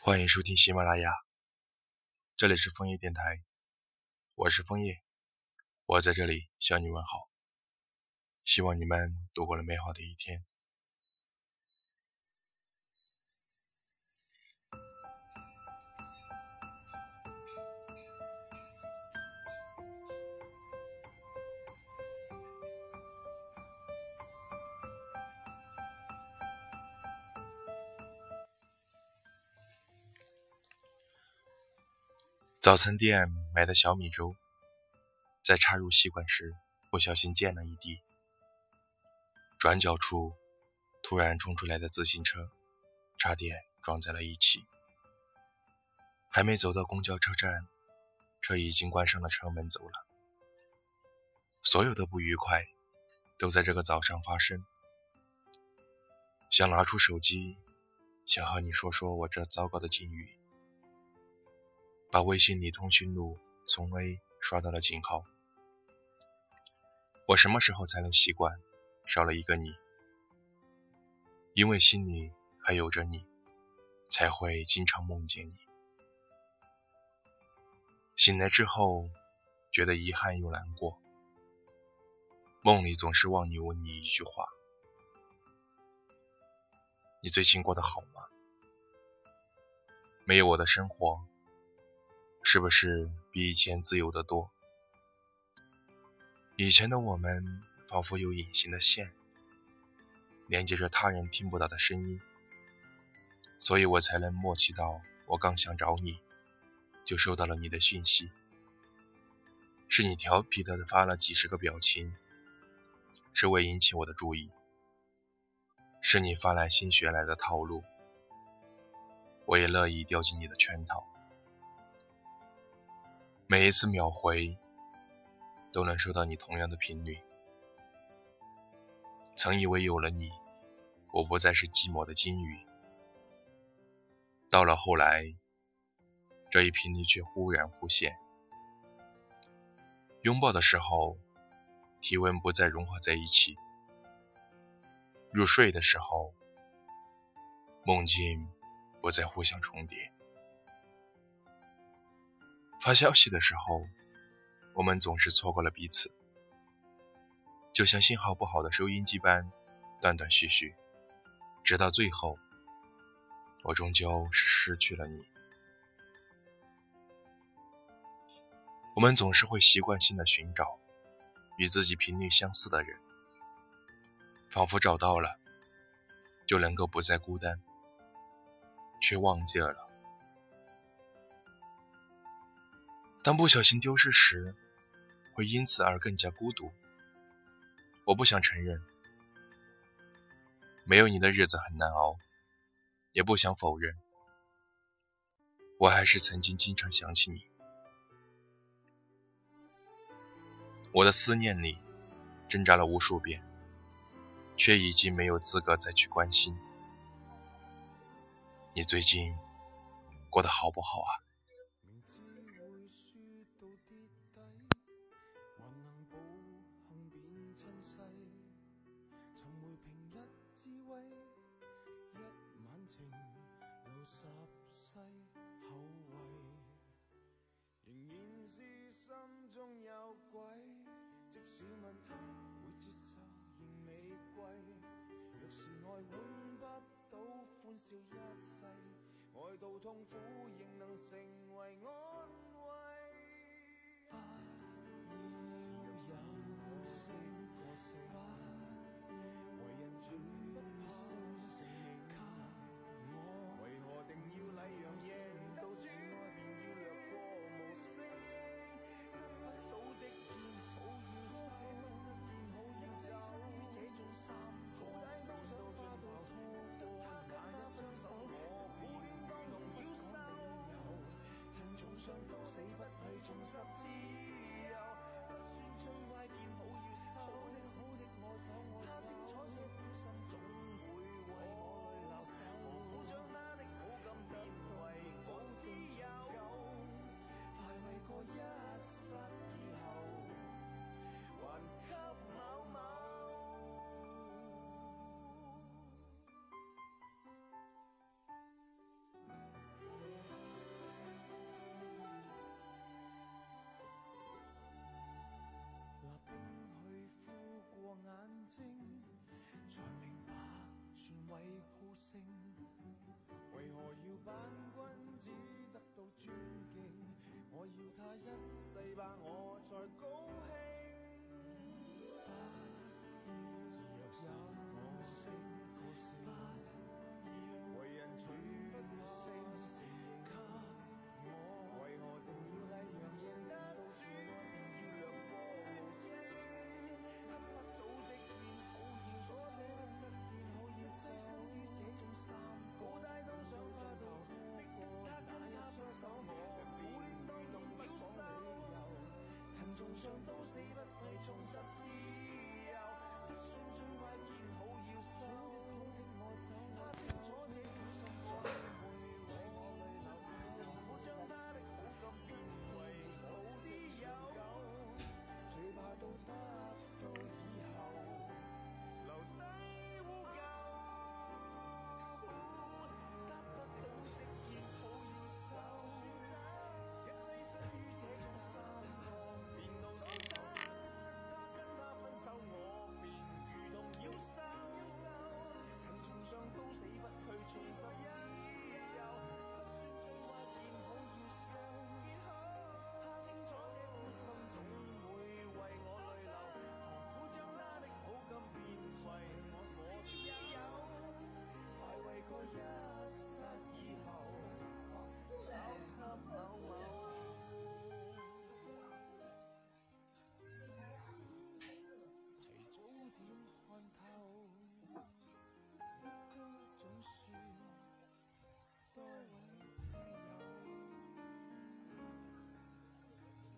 欢迎收听喜马拉雅，这里是枫叶电台，我是枫叶，我在这里向你问好，希望你们度过了美好的一天。早餐店买的小米粥，在插入吸管时不小心溅了一地。转角处突然冲出来的自行车差点撞在了一起。还没走到公交车站，车已经关上了车门走了。所有的不愉快都在这个早上发生。想拿出手机，想和你说说我这糟糕的境遇。把微信里通讯录从 A 刷到了井号。我什么时候才能习惯少了一个你？因为心里还有着你，才会经常梦见你。醒来之后觉得遗憾又难过，梦里总是忘记问你一句话：你最近过得好吗？没有我的生活是不是比以前自由得多？以前的我们仿佛有隐形的线，连接着他人听不到的声音，所以我才能默契到我刚想找你，就收到了你的讯息。是你调皮的发了几十个表情，是为引起我的注意，是你发来心血来的套路，我也乐意掉进你的圈套。每一次秒回都能收到你同样的频率。曾以为有了你，我不再是寂寞的金鱼，到了后来，这一频率却忽然忽现。拥抱的时候，体温不再融合在一起；入睡的时候，梦境不再互相重叠。发消息的时候，我们总是错过了彼此，就像信号不好的收音机般断断续续，直到最后，我终究是失去了你。我们总是会习惯性的寻找与自己频率相似的人，仿佛找到了就能够不再孤单，却忘记了当不小心丢失时，会因此而更加孤独。我不想承认，没有你的日子很难熬，也不想否认，我还是曾经经常想起你。我的思念里挣扎了无数遍，却已经没有资格再去关心你最近过得好不好啊？ 愛到痛苦仍能成為安慰，不要有聲個性，為人絕不可給我，為何定要禮讓贏到處愛便要掠過無聲，得不到的見好要捨，見好要走，這種三個面到盡頭拖過那一雙手。 正，才明白全為好勝。為何要扮君只得到尊敬？我要他一世把我才高興。自若是我性個性，為人全不勝給我，為何定要禮讓性？到時我便要讓過無聲。得不到的見好要捨，捨不得見好要走。棲身於這種三個，大當上花道，逼得他跟他雙手合，苦戀當中不講理由。曾從上到死不愧，從十字